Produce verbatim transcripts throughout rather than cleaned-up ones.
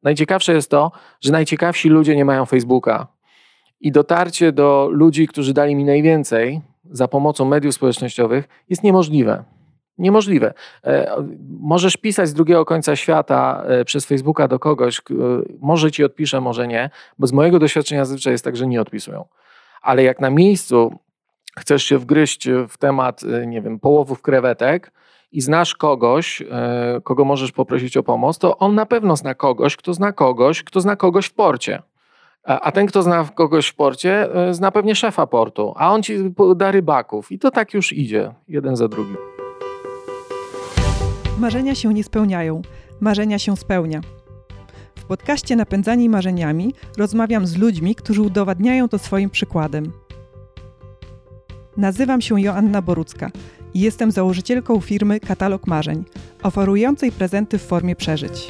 Najciekawsze jest to, że najciekawsi ludzie nie mają Facebooka. I dotarcie do ludzi, którzy dali mi najwięcej za pomocą mediów społecznościowych jest niemożliwe. Niemożliwe. Możesz pisać z drugiego końca świata przez Facebooka do kogoś, może ci odpisze, może nie, bo z mojego doświadczenia zazwyczaj jest tak, że nie odpisują. Ale jak na miejscu chcesz się wgryźć w temat, nie wiem, połowów krewetek i znasz kogoś, kogo możesz poprosić o pomoc, to on na pewno zna kogoś, kto zna kogoś, kto zna kogoś w porcie. A ten, kto zna kogoś w porcie, zna pewnie szefa portu, a on ci da rybaków. I to tak już idzie, jeden za drugim. Marzenia się nie spełniają, marzenia się spełnia. W podcaście Napędzani Marzeniami rozmawiam z ludźmi, którzy udowadniają to swoim przykładem. Nazywam się Joanna Borucka i jestem założycielką firmy Katalog Marzeń, oferującej prezenty w formie przeżyć.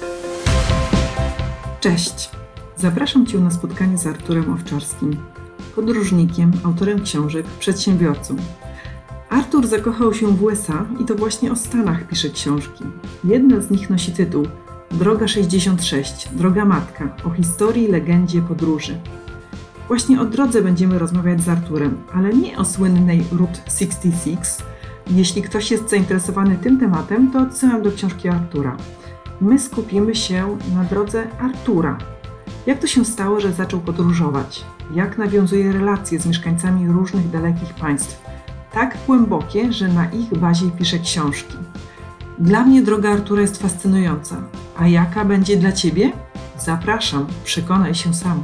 Cześć! Zapraszam Cię na spotkanie z Arturem Owczarskim, podróżnikiem, autorem książek, przedsiębiorcą. Artur zakochał się w U S A i to właśnie o Stanach pisze książki. Jedna z nich nosi tytuł Droga sześćdziesiąt sześć, Droga Matka, o historii, legendzie podróży. Właśnie o drodze będziemy rozmawiać z Arturem, ale nie o słynnej Route sześćdziesiąt sześć. Jeśli ktoś jest zainteresowany tym tematem, to odsyłam do książki Artura. My skupimy się na drodze Artura. Jak to się stało, że zaczął podróżować? Jak nawiązuje relacje z mieszkańcami różnych dalekich państw? Tak głębokie, że na ich bazie pisze książki. Dla mnie droga Artura jest fascynująca. A jaka będzie dla Ciebie? Zapraszam, przekonaj się sam.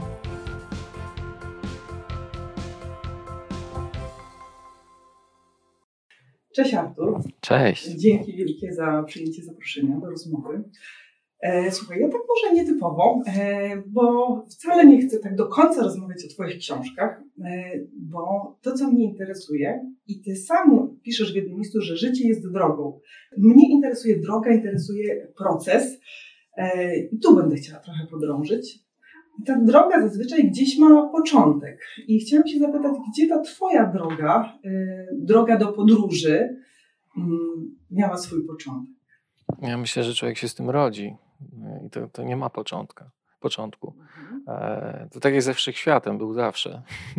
Cześć Artur. Cześć. Dzięki wielkie za przyjęcie zaproszenia do rozmowy. Słuchaj, ja tak może nietypowo, bo wcale nie chcę tak do końca rozmawiać o Twoich książkach, bo to, co mnie interesuje, i Ty sam piszesz w jednym miejscu, że życie jest drogą. Mnie interesuje droga, interesuje proces i tu będę chciała trochę podrążyć. Ta droga zazwyczaj gdzieś ma początek i chciałam się zapytać, gdzie ta Twoja droga, droga do podróży miała swój początek? Ja myślę, że człowiek się z tym rodzi i to, to nie ma początka, początku. E, to tak jest ze wszechświatem, był zawsze.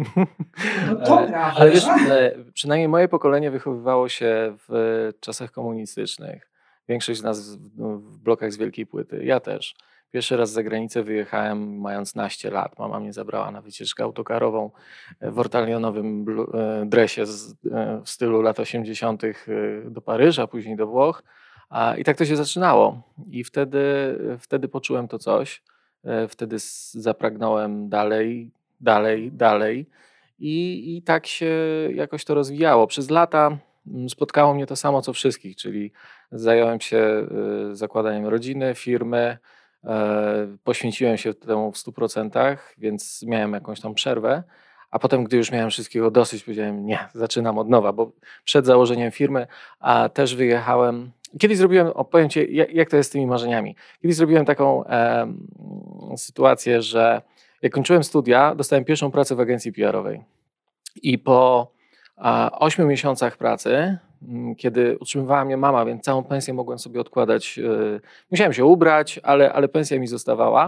No to prawda. Ale wiesz, przynajmniej moje pokolenie wychowywało się w czasach komunistycznych. Większość z nas w, w blokach z wielkiej płyty. Ja też. Pierwszy raz za granicę wyjechałem mając naście lat. Mama mnie zabrała na wycieczkę autokarową w ortalionowym dresie z, w stylu lat osiemdziesiątych do Paryża, później do Włoch. I tak to się zaczynało. I wtedy, wtedy poczułem to coś. Wtedy zapragnąłem dalej, dalej, dalej. I, I tak się jakoś to rozwijało. Przez lata spotkało mnie to samo co wszystkich, czyli zająłem się zakładaniem rodziny, firmy. Poświęciłem się temu w stu procentach, więc miałem jakąś tam przerwę. A potem, gdy już miałem wszystkiego dosyć, powiedziałem, nie, zaczynam od nowa, bo przed założeniem firmy a też wyjechałem. Kiedyś zrobiłem, opowiem Ci, jak to jest z tymi marzeniami. Kiedyś zrobiłem taką e, sytuację, że jak kończyłem studia, dostałem pierwszą pracę w agencji P R-owej. I po ośmiu miesiącach pracy, kiedy utrzymywała mnie mama, więc całą pensję mogłem sobie odkładać. E, musiałem się ubrać, ale, ale pensja mi zostawała.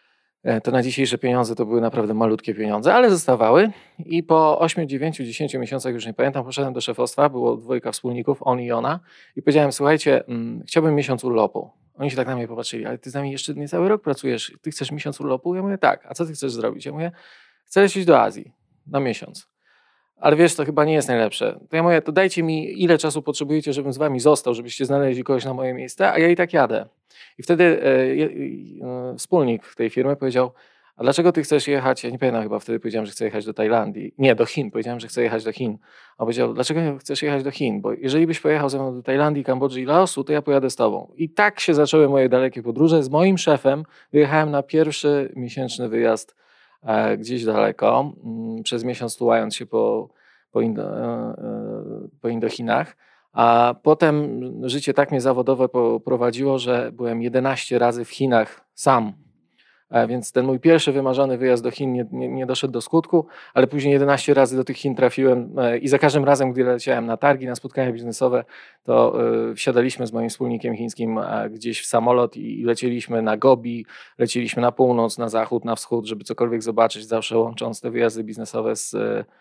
To na dzisiejsze pieniądze to były naprawdę malutkie pieniądze, ale zostawały. I po ośmiu, dziewięciu, dziesięciu miesiącach, już nie pamiętam, poszedłem do szefostwa, było dwójka wspólników, on i ona, i powiedziałem, słuchajcie, mm, chciałbym miesiąc urlopu. Oni się tak na mnie popatrzyli, ale ty z nami jeszcze nie cały rok pracujesz, ty chcesz miesiąc urlopu? Ja mówię, tak, a co ty chcesz zrobić? Ja mówię, chcę lecieć do Azji na miesiąc. Ale wiesz, to chyba nie jest najlepsze. To ja mówię, to dajcie mi, ile czasu potrzebujecie, żebym z wami został, żebyście znaleźli kogoś na moje miejsce, a ja i tak jadę. I wtedy e, e, wspólnik tej firmy powiedział, a dlaczego ty chcesz jechać, ja nie pamiętam, chyba wtedy powiedziałem, że chcę jechać do Tajlandii, nie, do Chin, powiedziałem, że chcę jechać do Chin. A powiedział, dlaczego chcesz jechać do Chin, bo jeżeli byś pojechał ze mną do Tajlandii, Kambodży i Laosu, to ja pojadę z tobą. I tak się zaczęły moje dalekie podróże. Z moim szefem wyjechałem na pierwszy miesięczny wyjazd e, gdzieś daleko, m, przez miesiąc tułając się po, po, Indo, e, po Indochinach. A potem życie tak mnie zawodowo poprowadziło, że byłem jedenaście razy w Chinach sam. Więc ten mój pierwszy wymarzony wyjazd do Chin nie, nie, nie doszedł do skutku, ale później jedenaście razy do tych Chin trafiłem i za każdym razem, gdy leciałem na targi, na spotkania biznesowe, to wsiadaliśmy z moim wspólnikiem chińskim gdzieś w samolot i lecieliśmy na Gobi, lecieliśmy na północ, na zachód, na wschód, żeby cokolwiek zobaczyć, zawsze łącząc te wyjazdy biznesowe z,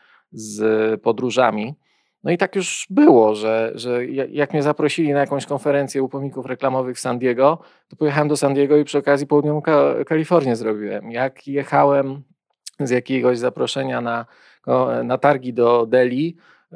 z podróżami. No i tak już było, że, że jak mnie zaprosili na jakąś konferencję u pomników reklamowych w San Diego, to pojechałem do San Diego i przy okazji południową Kalifornię zrobiłem. Jak jechałem z jakiegoś zaproszenia na, na targi do Delhi,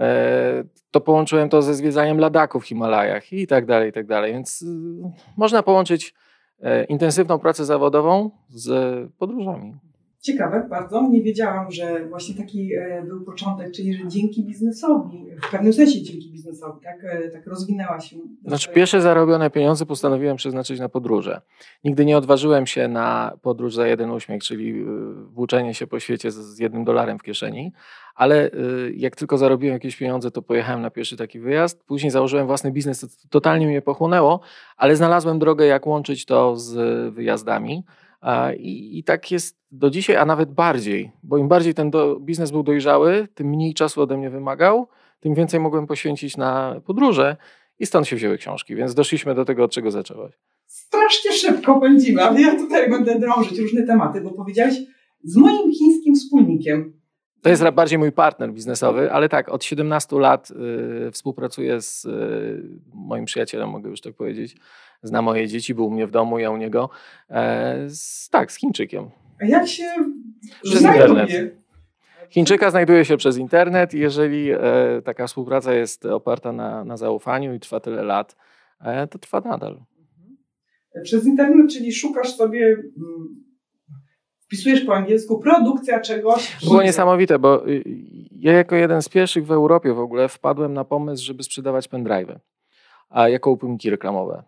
to połączyłem to ze zwiedzaniem ladaków w Himalajach i tak dalej, i tak dalej. Więc można połączyć intensywną pracę zawodową z podróżami. Ciekawe bardzo. Nie wiedziałam, że właśnie taki był początek, czyli że dzięki biznesowi, w pewnym sensie dzięki biznesowi, tak, tak rozwinęła się. Znaczy pierwsze zarobione pieniądze postanowiłem przeznaczyć na podróże. Nigdy nie odważyłem się na podróż za jeden uśmiech, czyli włóczenie się po świecie z jednym dolarem w kieszeni, ale jak tylko zarobiłem jakieś pieniądze, to pojechałem na pierwszy taki wyjazd. Później założyłem własny biznes, to totalnie mnie pochłonęło, ale znalazłem drogę, jak łączyć to z wyjazdami. I, I tak jest do dzisiaj, a nawet bardziej, bo im bardziej ten do, biznes był dojrzały, tym mniej czasu ode mnie wymagał, tym więcej mogłem poświęcić na podróże i stąd się wzięły książki, więc doszliśmy do tego, od czego zaczęłaś. Strasznie szybko pędziłam. Ja tutaj będę drążyć różne tematy, bo powiedziałeś z moim chińskim wspólnikiem. To jest bardziej mój partner biznesowy, ale tak, od siedemnastu lat y, współpracuję z y, moim przyjacielem, mogę już tak powiedzieć. Zna moje dzieci, był u mnie w domu, ja u niego. E, z, tak, z Chińczykiem. A jak się przez internet. Chińczyka znajduje się przez internet. Jeżeli e, taka współpraca jest oparta na, na zaufaniu i trwa tyle lat, e, to trwa nadal. Przez internet, czyli szukasz sobie... Mm, wpisujesz po angielsku produkcja czegoś. To było niesamowite, bo ja jako jeden z pierwszych w Europie w ogóle wpadłem na pomysł, żeby sprzedawać pendrive'y jako upomniki reklamowe.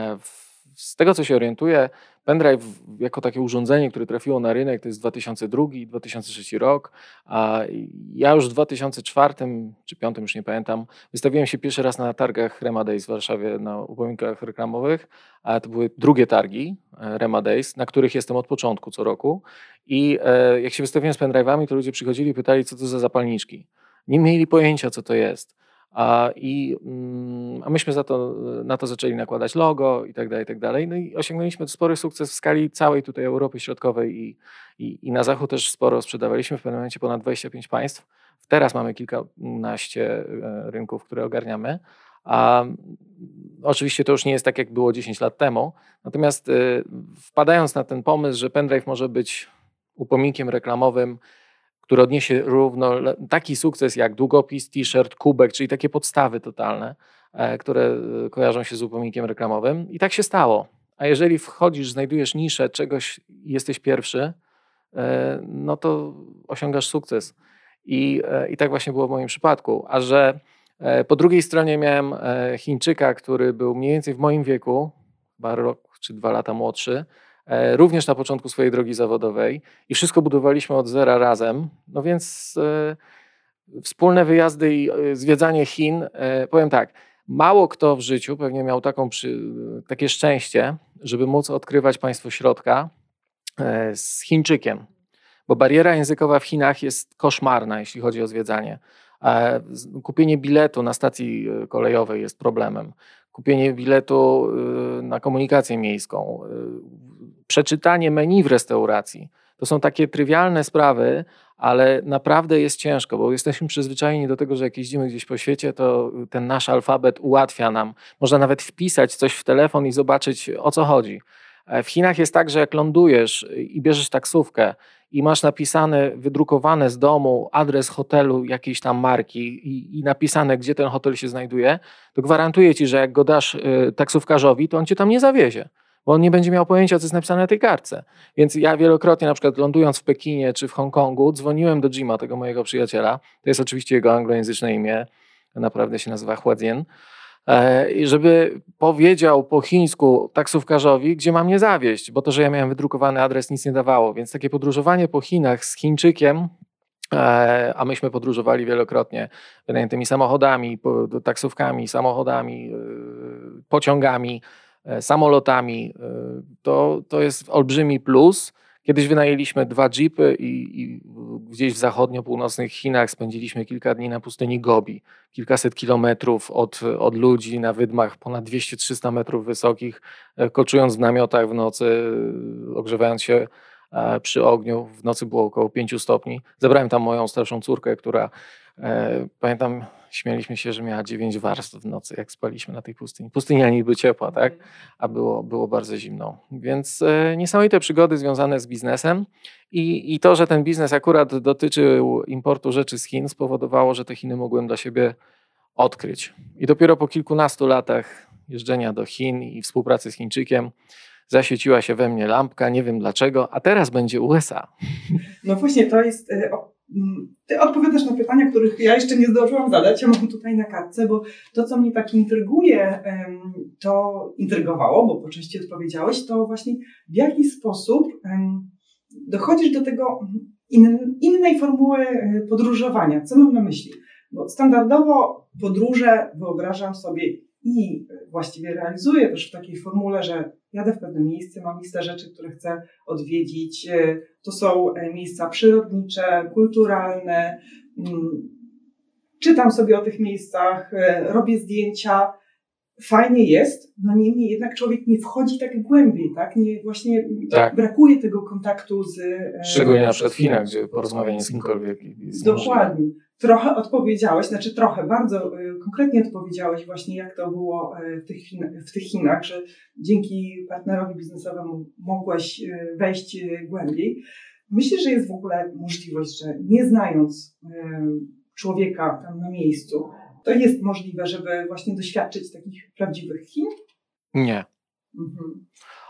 Z tego, co się orientuję, pendrive jako takie urządzenie, które trafiło na rynek, to jest dwa tysiące drugi dwa tysiące trzeci rok. A ja już w dwa tysiące czwartym czy dwa tysiące piątym, już nie pamiętam, wystawiłem się pierwszy raz na targach Rema Days w Warszawie na upomnikach reklamowych. A to były drugie targi Rema Days, na których jestem od początku co roku. I jak się wystawiłem z pendrive'ami, to ludzie przychodzili i pytali, co to za zapalniczki. Nie mieli pojęcia, co to jest. A, i, a myśmy za to, na to zaczęli nakładać logo i tak dalej, i tak dalej. No i osiągnęliśmy spory sukces w skali całej tutaj Europy Środkowej i, i, i na zachód też sporo sprzedawaliśmy. W pewnym momencie ponad dwadzieścia pięć państw. Teraz mamy kilkanaście rynków, które ogarniamy. A, oczywiście to już nie jest tak, jak było dziesięć lat temu. Natomiast y, wpadając na ten pomysł, że pendrive może być upomnikiem reklamowym, który odniesie równo taki sukces jak długopis, t-shirt, kubek, czyli takie podstawy totalne, które kojarzą się z upomnikiem reklamowym. I tak się stało. A jeżeli wchodzisz, znajdujesz niszę czegoś i jesteś pierwszy, no to osiągasz sukces. I, i tak właśnie było w moim przypadku. A że po drugiej stronie miałem Chińczyka, który był mniej więcej w moim wieku, chyba rok czy dwa lata młodszy, również na początku swojej drogi zawodowej i wszystko budowaliśmy od zera razem, no więc e, wspólne wyjazdy i zwiedzanie Chin, e, powiem tak, mało kto w życiu pewnie miał taką przy, takie szczęście, żeby móc odkrywać państwo środka e, z Chińczykiem, bo bariera językowa w Chinach jest koszmarna, jeśli chodzi o zwiedzanie. E, kupienie biletu na stacji kolejowej jest problemem. Kupienie biletu y, na komunikację miejską, y, przeczytanie menu w restauracji. To są takie trywialne sprawy, ale naprawdę jest ciężko, bo jesteśmy przyzwyczajeni do tego, że jak jeździmy gdzieś po świecie, to ten nasz alfabet ułatwia nam. Można nawet wpisać coś w telefon i zobaczyć, o co chodzi. W Chinach jest tak, że jak lądujesz i bierzesz taksówkę i masz napisane, wydrukowane z domu adres hotelu jakiejś tam marki i, i napisane, gdzie ten hotel się znajduje, to gwarantuję ci, że jak go dasz y, taksówkarzowi, to on cię tam nie zawiezie, bo on nie będzie miał pojęcia, co jest napisane na tej kartce. Więc ja wielokrotnie, na przykład lądując w Pekinie czy w Hongkongu, dzwoniłem do Jima, tego mojego przyjaciela, to jest oczywiście jego anglojęzyczne imię, naprawdę się nazywa Huadzien, i żeby powiedział po chińsku taksówkarzowi, gdzie mam mnie zawieźć, bo to, że ja miałem wydrukowany adres, nic nie dawało. Więc takie podróżowanie po Chinach z Chińczykiem, a myśmy podróżowali wielokrotnie wynajętymi samochodami, taksówkami, samochodami, pociągami, samolotami, to, to jest olbrzymi plus, Kiedyś wynajęliśmy dwa jeepy i, i gdzieś w zachodnio-północnych Chinach spędziliśmy kilka dni na pustyni Gobi. Kilkaset kilometrów od, od ludzi na wydmach ponad dwieście trzysta metrów wysokich, koczując w namiotach w nocy, ogrzewając się przy ogniu. W nocy było około pięciu stopni. Zabrałem tam moją starszą córkę, która e, pamiętam, śmialiśmy się, że miała dziewięć warstw w nocy, jak spaliśmy na tej pustyni. Pustynia niby ciepła, tak? A było, było bardzo zimno. Więc e, niesamowite przygody związane z biznesem i, i to, że ten biznes akurat dotyczył importu rzeczy z Chin, spowodowało, że te Chiny mogłem dla siebie odkryć. I dopiero po kilkunastu latach jeżdżenia do Chin i współpracy z Chińczykiem zaświeciła się we mnie lampka, nie wiem dlaczego, a teraz będzie U S A. No właśnie, to jest... Ty odpowiadasz na pytania, których ja jeszcze nie zdążyłam zadać, ja mam tutaj na kartce, bo to, co mnie tak intryguje, to intrygowało, bo po części odpowiedziałeś, to właśnie w jaki sposób dochodzisz do tego innej formuły podróżowania. Co mam na myśli? Bo standardowo podróże wyobrażam sobie i właściwie realizuję też w takiej formule, że jadę w pewne miejsce, mam listę rzeczy, które chcę odwiedzić. To są miejsca przyrodnicze, kulturalne. Czytam sobie o tych miejscach, robię zdjęcia. Fajnie jest, no niemniej jednak człowiek nie wchodzi tak głębiej, tak? Nie, właśnie tak. Brakuje tego kontaktu z... Szczególnie na przykład w Chinach, gdzie porozmawianie z kimkolwiek jest Dokładnie. Możliwe. Trochę odpowiedziałeś, znaczy trochę, bardzo konkretnie odpowiedziałeś właśnie, jak to było w tych, Chin- w tych Chinach, że dzięki partnerowi biznesowemu mogłeś wejść głębiej. Myślę, że jest w ogóle możliwość, że nie znając człowieka tam na miejscu, to jest możliwe, żeby właśnie doświadczyć takich prawdziwych Chin? Nie. Mhm.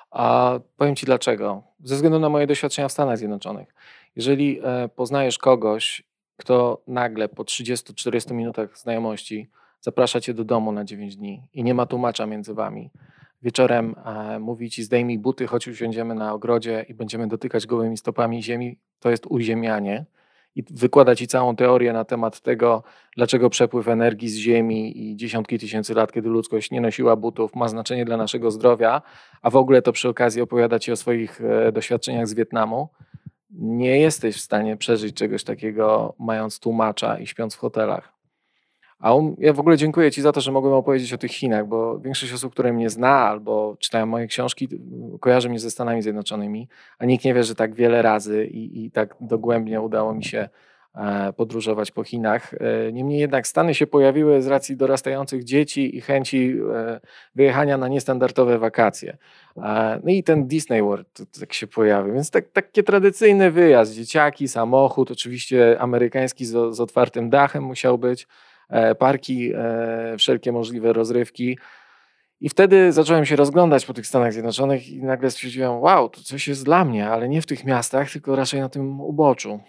A powiem Ci dlaczego. Ze względu na moje doświadczenia w Stanach Zjednoczonych. Jeżeli e, poznajesz kogoś, kto nagle po trzydziestu czterdziestu minutach znajomości zaprasza Cię do domu na dziewięć dni i nie ma tłumacza między Wami, wieczorem e, mówi Ci zdejmij buty, choć usiądziemy na ogrodzie i będziemy dotykać gołymi stopami ziemi, to jest uziemianie. I wykłada Ci całą teorię na temat tego, dlaczego przepływ energii z Ziemi i dziesiątki tysięcy lat, kiedy ludzkość nie nosiła butów, ma znaczenie dla naszego zdrowia, a w ogóle to przy okazji opowiada Ci o swoich e, doświadczeniach z Wietnamu. Nie jesteś w stanie przeżyć czegoś takiego, mając tłumacza i śpiąc w hotelach. A um, ja w ogóle dziękuję Ci za to, że mogłem opowiedzieć o tych Chinach, bo większość osób, które mnie zna albo czytają moje książki, kojarzy mnie ze Stanami Zjednoczonymi, a nikt nie wie, że tak wiele razy i, i tak dogłębnie udało mi się e, podróżować po Chinach. E, niemniej jednak Stany się pojawiły z racji dorastających dzieci i chęci e, wyjechania na niestandardowe wakacje. E, no i ten Disney World tak się pojawił, więc tak, taki tradycyjny wyjazd. Dzieciaki, samochód, oczywiście amerykański z, z otwartym dachem musiał być. Parki, wszelkie możliwe rozrywki. I wtedy zacząłem się rozglądać po tych Stanach Zjednoczonych i nagle stwierdziłem, wow, to coś jest dla mnie, ale nie w tych miastach, tylko raczej na tym uboczu.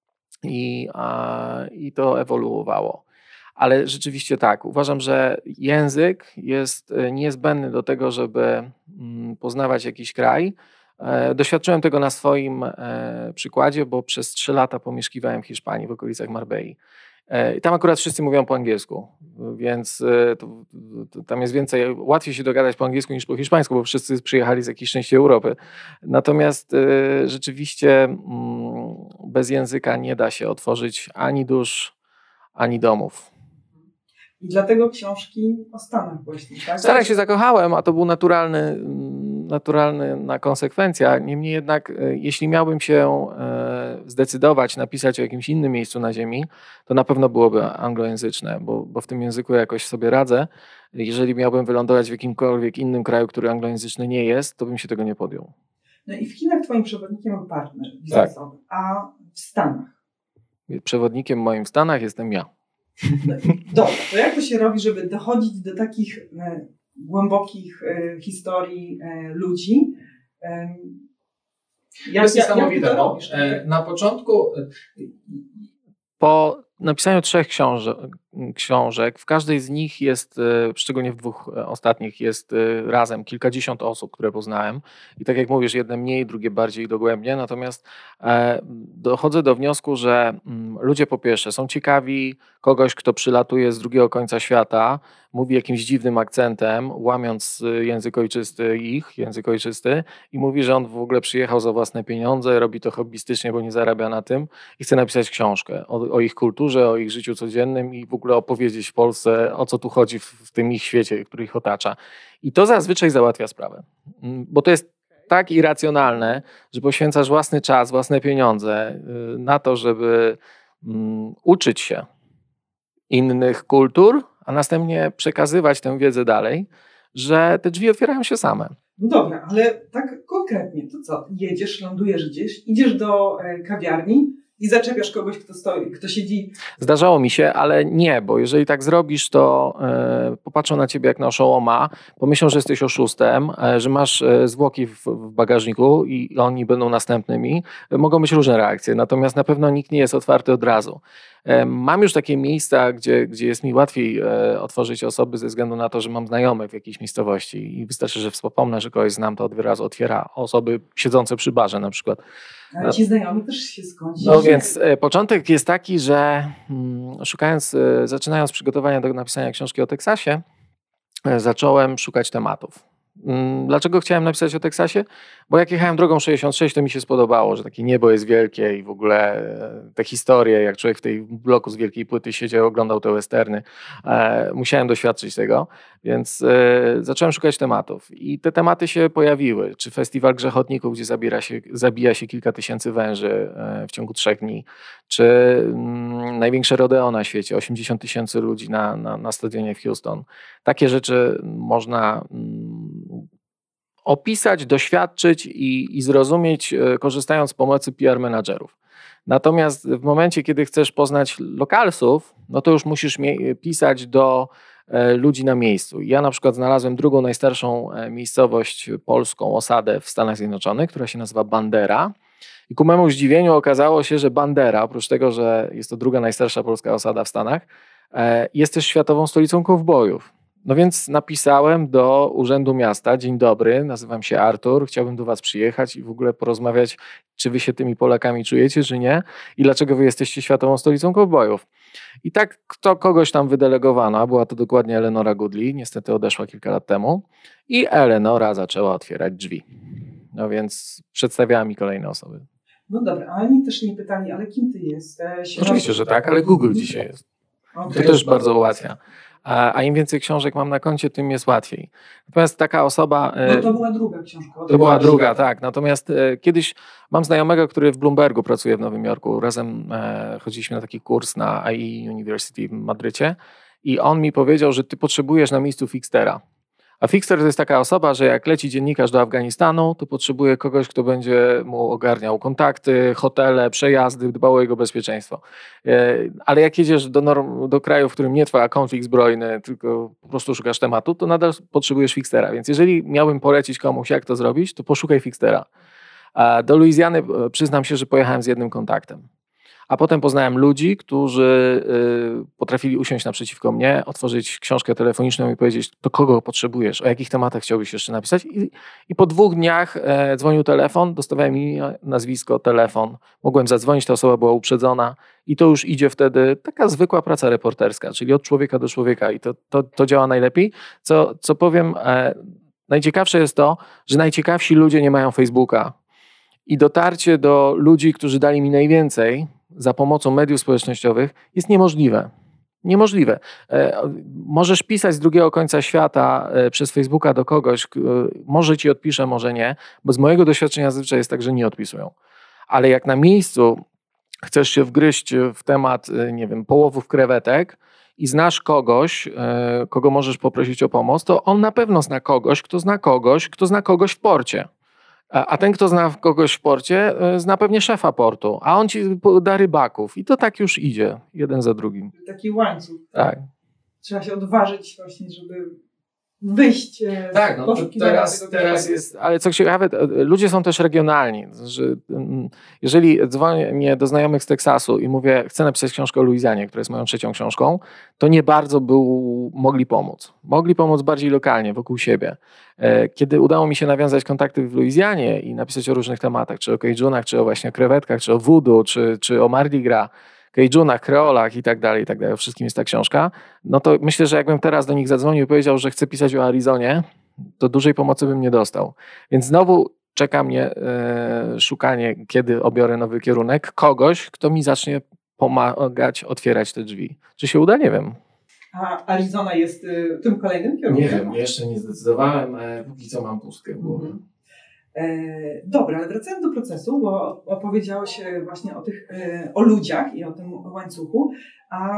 I, a, i to ewoluowało. Ale rzeczywiście tak, uważam, że język jest niezbędny do tego, żeby poznawać jakiś kraj. Doświadczyłem tego na swoim przykładzie, bo przez trzy lata pomieszkiwałem w Hiszpanii, w okolicach Marbei. I tam akurat wszyscy mówią po angielsku, więc to, to, tam jest więcej, łatwiej się dogadać po angielsku niż po hiszpańsku, bo wszyscy przyjechali z jakiejś części Europy. Natomiast y, rzeczywiście y, bez języka nie da się otworzyć ani dusz, ani domów. I dlatego książki o Stanach właśnie, tak? W Stanach się zakochałem, a to był naturalny, naturalna konsekwencja. Niemniej jednak, jeśli miałbym się zdecydować napisać o jakimś innym miejscu na ziemi, to na pewno byłoby anglojęzyczne, bo, bo w tym języku jakoś sobie radzę. Jeżeli miałbym wylądować w jakimkolwiek innym kraju, który anglojęzyczny nie jest, to bym się tego nie podjął. No i w Chinach twoim przewodnikiem był partner biznesowy, tak. A w Stanach? Przewodnikiem moim w Stanach jestem ja. Dobra, to jak to się robi, żeby dochodzić do takich e, głębokich e, historii e, ludzi? E, jak, to jest niesamowite, to robisz? Na początku, po napisaniu trzech książek, książek. W każdej z nich jest, szczególnie w dwóch ostatnich, jest razem kilkadziesiąt osób, które poznałem. I tak jak mówisz, jedne mniej, drugie bardziej dogłębnie. Natomiast dochodzę do wniosku, że ludzie po pierwsze są ciekawi kogoś, kto przylatuje z drugiego końca świata, mówi jakimś dziwnym akcentem, łamiąc język ojczysty ich, język ojczysty i mówi, że on w ogóle przyjechał za własne pieniądze, robi to hobbystycznie, bo nie zarabia na tym i chce napisać książkę o, o ich kulturze, o ich życiu codziennym i w ogóle opowiedzieć w Polsce, o co tu chodzi w, w tym ich świecie, który ich otacza. I to zazwyczaj załatwia sprawę, bo to jest tak irracjonalne, że poświęcasz własny czas, własne pieniądze na to, żeby um, uczyć się innych kultur, a następnie przekazywać tę wiedzę dalej, że te drzwi otwierają się same. No dobra, ale tak konkretnie, to co? Jedziesz, lądujesz gdzieś, idziesz do e, kawiarni i zaczepiasz kogoś, kto stoi, kto siedzi. Zdarzało mi się, ale nie, bo jeżeli tak zrobisz, to e, popatrzą na ciebie jak na oszołoma, pomyślą, że jesteś oszustem, e, że masz e, zwłoki w, w bagażniku i oni będą następnymi. E, mogą być różne reakcje, natomiast na pewno nikt nie jest otwarty od razu. E, mam już takie miejsca, gdzie, gdzie jest mi łatwiej e, otworzyć osoby ze względu na to, że mam znajomych w jakiejś miejscowości i wystarczy, że wspomnę, że kogoś znam, to od razu otwiera osoby siedzące przy barze na przykład. Ale ci znajomi też się skądś. No więc e, początek jest taki, że mm, szukając, e, zaczynając przygotowania do napisania książki o Teksasie, e, zacząłem szukać tematów. Mm, dlaczego chciałem napisać o Teksasie? Bo jak jechałem drogą sześćdziesiąt sześć, to mi się spodobało, że takie niebo jest wielkie i w ogóle e, te historie, jak człowiek w tej bloku z wielkiej płyty siedział, oglądał te westerny, e, musiałem doświadczyć tego, więc e, zacząłem szukać tematów i te tematy się pojawiły. Czy festiwal grzechotników, gdzie zabiera się, zabija się kilka tysięcy węży e, w ciągu trzech dni, czy mm, największe rodeo na świecie, osiemdziesiąt tysięcy ludzi na, na, na stadionie w Houston. Takie rzeczy można mm, opisać, doświadczyć i, i zrozumieć, e, korzystając z pomocy P R menadżerów. Natomiast w momencie, kiedy chcesz poznać lokalsów, no to już musisz mie- pisać do e, ludzi na miejscu. Ja na przykład znalazłem drugą najstarszą e, miejscowość polską, osadę w Stanach Zjednoczonych, która się nazywa Bandera. I ku memu zdziwieniu okazało się, że Bandera, oprócz tego, że jest to druga najstarsza polska osada w Stanach, e, jest też światową stolicą kowbojów. No więc napisałem do Urzędu Miasta, dzień dobry, nazywam się Artur, chciałbym do was przyjechać i w ogóle porozmawiać, czy wy się tymi Polakami czujecie, czy nie i dlaczego wy jesteście światową stolicą kowbojów. I tak kto, kogoś tam wydelegowano, a była to dokładnie Eleonora Goodley, niestety odeszła kilka lat temu i Eleonora zaczęła otwierać drzwi. No więc przedstawiała mi kolejne osoby. No dobra, ale oni też nie pytali, ale kim ty jesteś? Oczywiście, że tak, ale Google dzisiaj jest. Okay. To też bardzo ułatwia. A im więcej książek mam na koncie, tym jest łatwiej. Natomiast taka osoba... No to była druga książka. To była druga, tak. Natomiast kiedyś mam znajomego, który w Bloombergu pracuje w Nowym Jorku. Razem chodziliśmy na taki kurs na I E University w Madrycie i on mi powiedział, że ty potrzebujesz na miejscu fixtera. A fixter to jest taka osoba, że jak leci dziennikarz do Afganistanu, to potrzebuje kogoś, kto będzie mu ogarniał kontakty, hotele, przejazdy, dbał o jego bezpieczeństwo. Ale jak jedziesz do, norm, do kraju, w którym nie trwa konflikt zbrojny, tylko po prostu szukasz tematu, to nadal potrzebujesz fixtera. Więc jeżeli miałbym polecić komuś, jak to zrobić, to poszukaj fixtera. A do Luizjany przyznam się, że pojechałem z jednym kontaktem. A potem poznałem ludzi, którzy y, potrafili usiąść naprzeciwko mnie, otworzyć książkę telefoniczną i powiedzieć, to kogo potrzebujesz, o jakich tematach chciałbyś jeszcze napisać. I, i po dwóch dniach e, dzwonił telefon, dostawałem imię, nazwisko, telefon. Mogłem zadzwonić, ta osoba była uprzedzona i to już idzie wtedy taka zwykła praca reporterska, czyli od człowieka do człowieka i to, to, to działa najlepiej. Co, co powiem, e, najciekawsze jest to, że najciekawsi ludzie nie mają Facebooka i dotarcie do ludzi, którzy dali mi najwięcej za pomocą mediów społecznościowych jest niemożliwe. Niemożliwe. E, możesz pisać z drugiego końca świata e, przez Facebooka do kogoś, k- może ci odpisze, może nie, bo z mojego doświadczenia zazwyczaj jest tak, że nie odpisują. Ale jak na miejscu chcesz się wgryźć w temat, e, nie wiem, połowów krewetek i znasz kogoś, e, kogo możesz poprosić o pomoc, to on na pewno zna kogoś, kto zna kogoś, kto zna kogoś w porcie. A ten, kto zna kogoś w porcie, zna pewnie szefa portu, a on ci da rybaków. I to tak już idzie, jeden za drugim. Taki łańcuch. Tak. Trzeba się odważyć właśnie, żeby wyjść tak, no, teraz, teraz jest, ale co ciekawe, ludzie są też regionalni, że jeżeli dzwonię do znajomych z Teksasu i mówię, chcę napisać książkę o Luizjanie, która jest moją trzecią książką, to nie bardzo był, mogli pomóc. Mogli pomóc bardziej lokalnie, wokół siebie. Kiedy udało mi się nawiązać kontakty w Luizjanie i napisać o różnych tematach, czy o Cajunach, czy o właśnie krewetkach, czy o voodoo, czy, czy o Mardi Gras, Cajunach, kreolach i tak dalej, i tak dalej, o wszystkim jest ta książka, no to myślę, że jakbym teraz do nich zadzwonił i powiedział, że chcę pisać o Arizonie, to dużej pomocy bym nie dostał. Więc znowu czeka mnie e, szukanie, kiedy obiorę nowy kierunek, kogoś, kto mi zacznie pomagać otwierać te drzwi. Czy się uda? Nie wiem. A Arizona jest y, tym kolejnym kierunkiem? Nie wiem, jeszcze nie zdecydowałem, ale póki co mam pustkę w głowie. Mhm. Dobra, ale wracając do procesu, bo opowiedziałeś właśnie o tych, o ludziach i o tym łańcuchu, a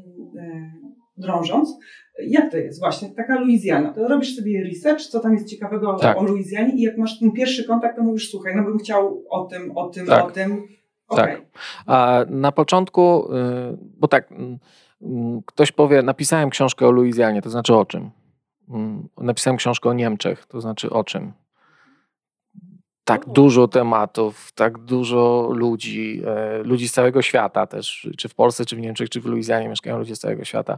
drążąc, jak to jest właśnie taka Luizjana? To robisz sobie research, co tam jest ciekawego tak. o Luizjanie i jak masz ten pierwszy kontakt, to mówisz, słuchaj, no bym chciał o tym, o tym, tak. o tym. Okay. Tak. A na początku, bo tak, ktoś powie, napisałem książkę o Luizjanie, to znaczy o czym? Napisałem książkę o Niemczech, to znaczy o czym? Tak dużo tematów, tak dużo ludzi, e, ludzi z całego świata też, czy w Polsce, czy w Niemczech, czy w Luizjanie mieszkają ludzie z całego świata.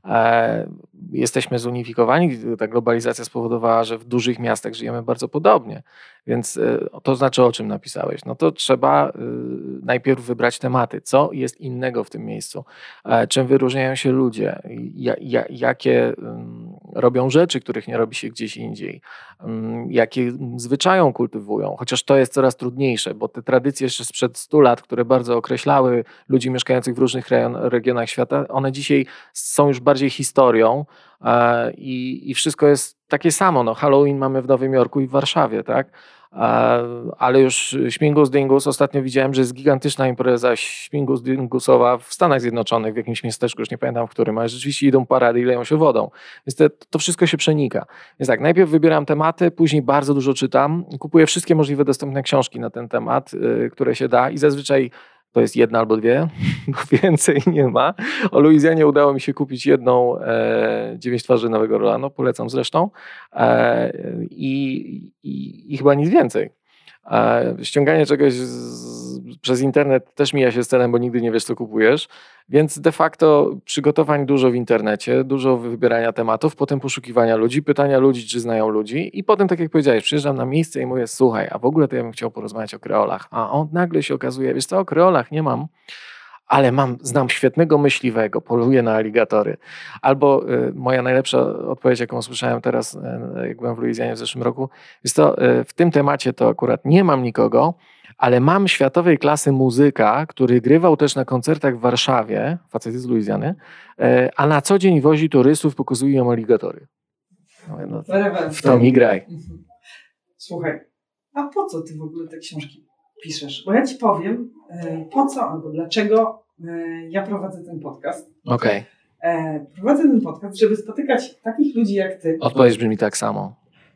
E, jesteśmy zunifikowani, ta globalizacja spowodowała, że w dużych miastach żyjemy bardzo podobnie, więc e, to znaczy o czym napisałeś? No to trzeba e, najpierw wybrać tematy, co jest innego w tym miejscu, e, czym wyróżniają się ludzie, ja, ja, jakie um, robią rzeczy, których nie robi się gdzieś indziej, um, jakie zwyczają kultywują. Chociaż to jest coraz trudniejsze, bo te tradycje jeszcze sprzed stu lat, które bardzo określały ludzi mieszkających w różnych rejon, regionach świata, one dzisiaj są już bardziej historią e, i, i wszystko jest takie samo. No, Halloween mamy w Nowym Jorku i w Warszawie, tak? E, ale już Śmigus Dingus, ostatnio widziałem, że jest gigantyczna impreza Śmigus Dingusowa w Stanach Zjednoczonych, w jakimś miasteczku, już nie pamiętam w którym, ale rzeczywiście idą parady i leją się wodą. Więc te, to wszystko się przenika. Więc tak, najpierw wybieram tematy, później bardzo dużo czytam, kupuję wszystkie możliwe dostępne książki na ten temat, yy, które się da i zazwyczaj to jest jedna albo dwie, bo więcej nie ma. O Luizjanie udało mi się kupić jedną e, Dziewięć twarzy Nowego Orleanu, polecam zresztą, e, i, i, i chyba nic więcej. E, ściąganie czegoś z, przez internet też mija się z celem, bo nigdy nie wiesz, co kupujesz, więc de facto przygotowań dużo w internecie, dużo wybierania tematów, potem poszukiwania ludzi, pytania ludzi, czy znają ludzi i potem, tak jak powiedziałeś, przyjeżdżam na miejsce i mówię, słuchaj, a w ogóle to ja bym chciał porozmawiać o kreolach, a on nagle się okazuje, wiesz co, o kreolach nie mam, ale mam, znam świetnego myśliwego, poluję na aligatory. Albo y, moja najlepsza odpowiedź, jaką usłyszałem teraz, y, jak byłem w Luizjanie w zeszłym roku, jest to, y, w tym temacie to akurat nie mam nikogo, ale mam światowej klasy muzyka, który grywał też na koncertach w Warszawie, facet z Luizjany, y, a na co dzień wozi turystów, pokazuje im aligatory. No, no, w to mi graj. Słuchaj, a po co ty w ogóle te książki piszesz? Bo ja ci powiem, po co albo dlaczego ja prowadzę ten podcast. Okej. Okay. Prowadzę ten podcast, żeby spotykać takich ludzi jak ty. Odpowiedź brzmi tak samo.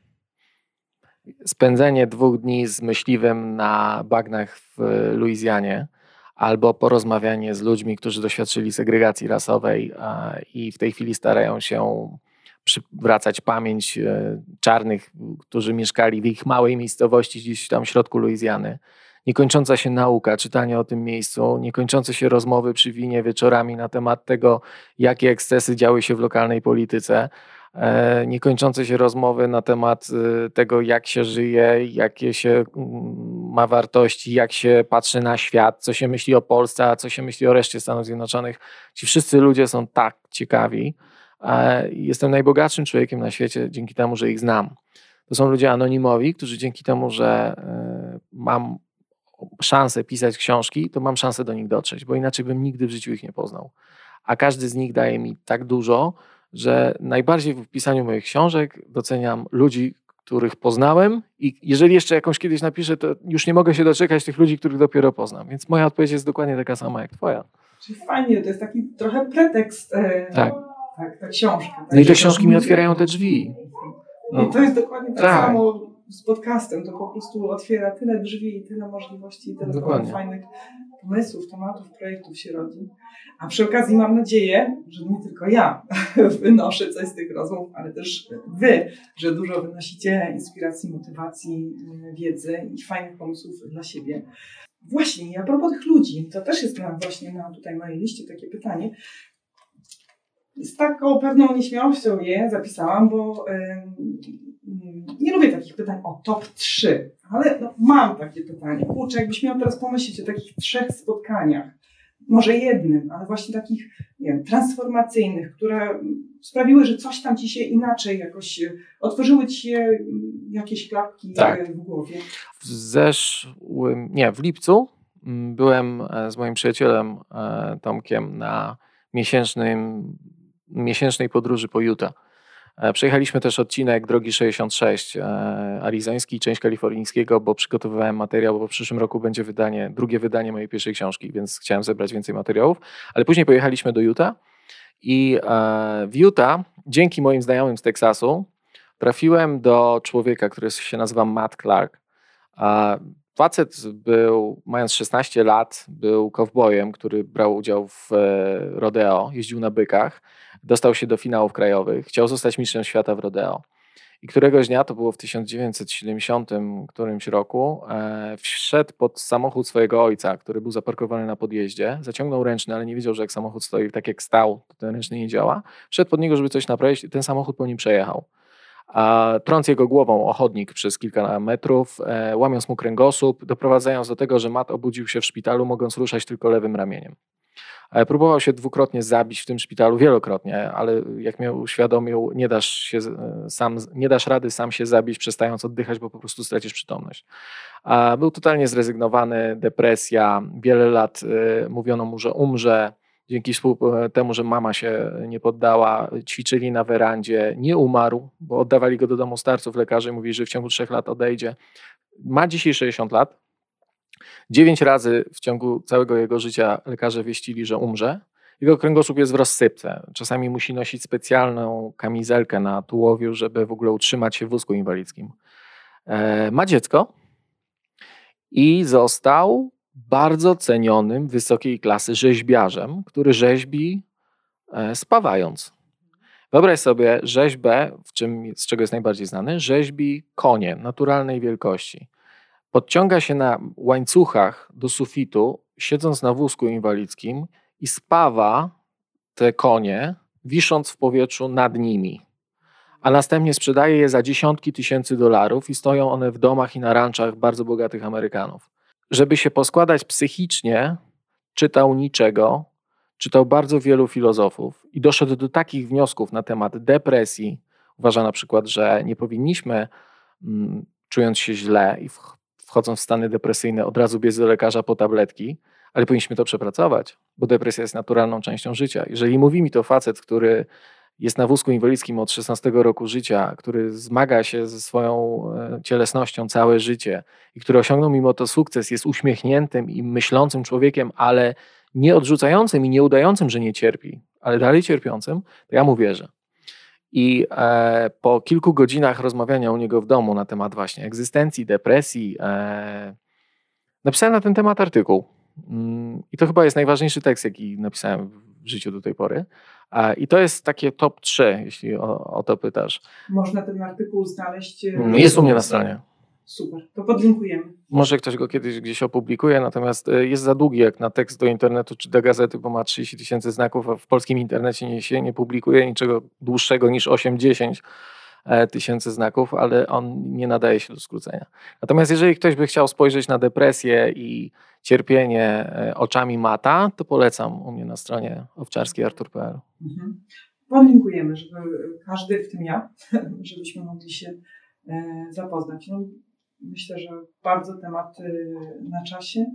Spędzenie dwóch dni z myśliwym na bagnach w Luizjanie albo porozmawianie z ludźmi, którzy doświadczyli segregacji rasowej i w tej chwili starają się przywracać pamięć czarnych, którzy mieszkali w ich małej miejscowości gdzieś tam w środku Luizjany. Niekończąca się nauka, czytanie o tym miejscu, niekończące się rozmowy przy winie wieczorami na temat tego, jakie ekscesy działy się w lokalnej polityce, e, niekończące się rozmowy na temat e, tego, jak się żyje, jakie się ma wartości, jak się patrzy na świat, co się myśli o Polsce, a co się myśli o reszcie Stanów Zjednoczonych. Ci wszyscy ludzie są tak ciekawi. E, jestem najbogatszym człowiekiem na świecie dzięki temu, że ich znam. To są ludzie anonimowi, którzy dzięki temu, że e, mam szansę pisać książki, to mam szansę do nich dotrzeć, bo inaczej bym nigdy w życiu ich nie poznał. A każdy z nich daje mi tak dużo, że najbardziej w pisaniu moich książek doceniam ludzi, których poznałem i jeżeli jeszcze jakąś kiedyś napiszę, to już nie mogę się doczekać tych ludzi, których dopiero poznam. Więc moja odpowiedź jest dokładnie taka sama jak twoja. Czyli fajnie, to jest taki trochę pretekst. E, tak. tak. Ta książka. Tak? No i te książki mi otwierają te drzwi. No. I to jest dokładnie tak, tak samo z podcastem, to po prostu otwiera tyle drzwi i tyle możliwości i tyle Dokładnie. fajnych pomysłów, tematów, projektów się rodzi. A przy okazji mam nadzieję, że nie tylko ja wynoszę coś z tych rozmów, ale też wy, że dużo wynosicie inspiracji, motywacji, wiedzy i fajnych pomysłów dla siebie. Właśnie, a propos tych ludzi, to też jest na, właśnie na tutaj mojej liście takie pytanie. Z taką pewną nieśmiałością je zapisałam, bo yy, nie lubię takich pytań o top trzy, ale no, mam takie pytanie. Kurczę, jakbyś miał teraz pomyśleć o takich trzech spotkaniach, może jednym, ale właśnie takich, nie wiem, transformacyjnych, które sprawiły, że coś tam ci się inaczej jakoś, otworzyły ci się jakieś klapki tak. w głowie. W zeszłym, nie, w lipcu byłem z moim przyjacielem Tomkiem na miesięcznym, miesięcznej podróży po Utah. Przejechaliśmy też odcinek Drogi sześćdziesiąt sześć, arizoński, część kalifornijskiego, bo przygotowywałem materiał, bo w przyszłym roku będzie wydanie, drugie wydanie mojej pierwszej książki, więc chciałem zebrać więcej materiałów. Ale później pojechaliśmy do Utah i w Utah, dzięki moim znajomym z Teksasu, trafiłem do człowieka, który się nazywa Matt Clark. Facet był, mając szesnaście lat, był kowbojem, który brał udział w rodeo, jeździł na bykach, dostał się do finałów krajowych, chciał zostać mistrzem świata w rodeo. I któregoś dnia, to było w tysiąc dziewięćset siedemdziesiątym którymś roku, e, wszedł pod samochód swojego ojca, który był zaparkowany na podjeździe, zaciągnął ręczny, ale nie wiedział, że jak samochód stoi tak jak stał, to ten ręczny nie działa. Wszedł pod niego, żeby coś naprawić i ten samochód po nim przejechał. A trąc jego głową o chodnik przez kilka metrów, e, łamiąc mu kręgosłup, doprowadzając do tego, że Matt obudził się w szpitalu, mogąc ruszać tylko lewym ramieniem. E, próbował się dwukrotnie zabić w tym szpitalu, wielokrotnie, ale jak mnie uświadomił, nie dasz, się, sam, nie dasz rady sam się zabić, przestając oddychać, bo po prostu stracisz przytomność. A był totalnie zrezygnowany, depresja, wiele lat e, mówiono mu, że umrze. Dzięki temu, że mama się nie poddała, ćwiczyli na werandzie, nie umarł, bo oddawali go do domu starców, lekarze mówili, że w ciągu trzech lat odejdzie. Ma dzisiaj sześćdziesiąt lat. Dziewięć razy w ciągu całego jego życia lekarze wieścili, że umrze. Jego kręgosłup jest w rozsypce. Czasami musi nosić specjalną kamizelkę na tułowiu, żeby w ogóle utrzymać się w wózku inwalidzkim. E, ma dziecko i został bardzo cenionym, wysokiej klasy rzeźbiarzem, który rzeźbi e, spawając. Wyobraź sobie rzeźbę, w czym, z czego jest najbardziej znany, rzeźbi konie naturalnej wielkości. Podciąga się na łańcuchach do sufitu, siedząc na wózku inwalidzkim i spawa te konie, wisząc w powietrzu nad nimi. A następnie sprzedaje je za dziesiątki tysięcy dolarów i stoją one w domach i na ranczach bardzo bogatych Amerykanów. Żeby się poskładać psychicznie, czytał Niczego, czytał bardzo wielu filozofów i doszedł do takich wniosków na temat depresji. Uważa na przykład, że nie powinniśmy, mm, czując się źle i wchodząc w stany depresyjne, od razu biec do lekarza po tabletki, ale powinniśmy to przepracować, bo depresja jest naturalną częścią życia. Jeżeli mówi mi to facet, który jest na wózku inwalidzkim od szesnastego roku życia, który zmaga się ze swoją cielesnością całe życie i który osiągnął mimo to sukces, jest uśmiechniętym i myślącym człowiekiem, ale nie odrzucającym i nie udającym, że nie cierpi, ale dalej cierpiącym, to ja mu wierzę. I e, po kilku godzinach rozmawiania u niego w domu na temat właśnie egzystencji, depresji, e, napisałem na ten temat artykuł. Mm, I to chyba jest najważniejszy tekst, jaki napisałem w życiu do tej pory. E, I to jest takie top trzy, jeśli o, o to pytasz. Można ten artykuł znaleźć? Jest u mnie na stronie. Super, to podlinkujemy. Może ktoś go kiedyś gdzieś opublikuje, natomiast jest za długi jak na tekst do internetu czy do gazety, bo ma trzydzieści tysięcy znaków, a w polskim internecie nie, się nie publikuje niczego dłuższego niż osiem do dziesięciu tysięcy znaków, ale on nie nadaje się do skrócenia. Natomiast jeżeli ktoś by chciał spojrzeć na depresję i cierpienie oczami Mata, to polecam u mnie na stronie owczarskiej artur kropka p l. Mhm. Podlinkujemy, żeby każdy, w tym ja, żebyśmy mogli się zapoznać. No, myślę, że bardzo temat na czasie.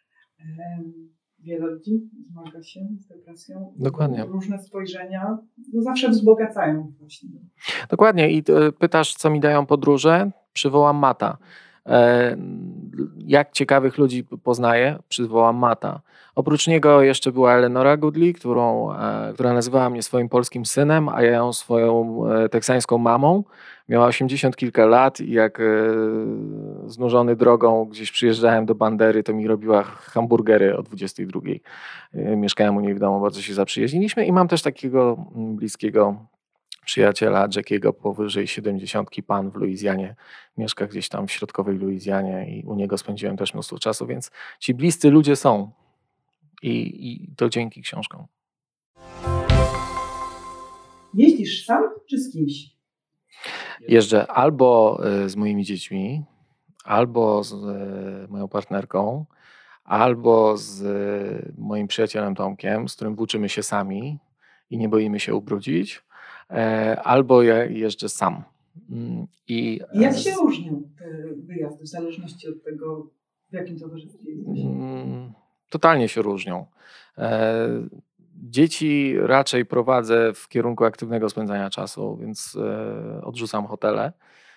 Wiele ludzi zmaga się z depresją. Dokładnie. Różne spojrzenia no zawsze wzbogacają właśnie. Dokładnie. I pytasz, co mi dają podróże? Przywołam Mata. Jak ciekawych ludzi poznaję, przywołam Mata. Oprócz niego jeszcze była Eleonora Goodley, którą, która nazywała mnie swoim polskim synem, a ja ją swoją teksańską mamą. Miała osiemdziesiąt kilka lat i jak znużony drogą gdzieś przyjeżdżałem do Bandery, to mi robiła hamburgery o dwudziestej drugiej. Mieszkałem u niej w domu, bardzo się zaprzyjaźniliśmy i mam też takiego bliskiego przyjaciela Jackiego, powyżej siedemdziesiątki, pan w Luizjanie, mieszka gdzieś tam w środkowej Luizjanie i u niego spędziłem też mnóstwo czasu, więc ci bliscy ludzie są i, i to dzięki książkom. Jeździsz sam czy z kimś? Jeżdżę albo z moimi dziećmi, albo z moją partnerką, albo z moim przyjacielem Tomkiem, z którym włóczymy się sami i nie boimy się ubrudzić, albo ja jeżdżę sam. I jak się różnią te wyjazdy w zależności od tego, w jakim towarzystwie jesteś? Totalnie się różnią. Dzieci raczej prowadzę w kierunku aktywnego spędzania czasu, więc odrzucam hotele.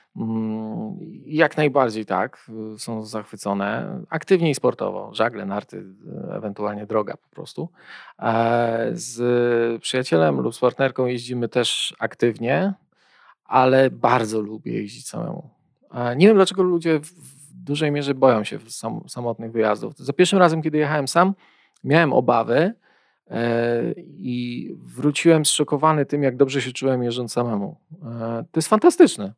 Jak najbardziej tak, są zachwycone. Aktywnie i sportowo, żagle, narty, ewentualnie droga po prostu. Z przyjacielem lub z partnerką jeździmy też aktywnie, ale bardzo lubię jeździć samemu. Nie wiem, dlaczego ludzie w dużej mierze boją się sam, samotnych wyjazdów. Za pierwszym razem, kiedy jechałem sam, miałem obawy i wróciłem zszokowany tym, jak dobrze się czułem jeżdżąc samemu. To jest fantastyczne.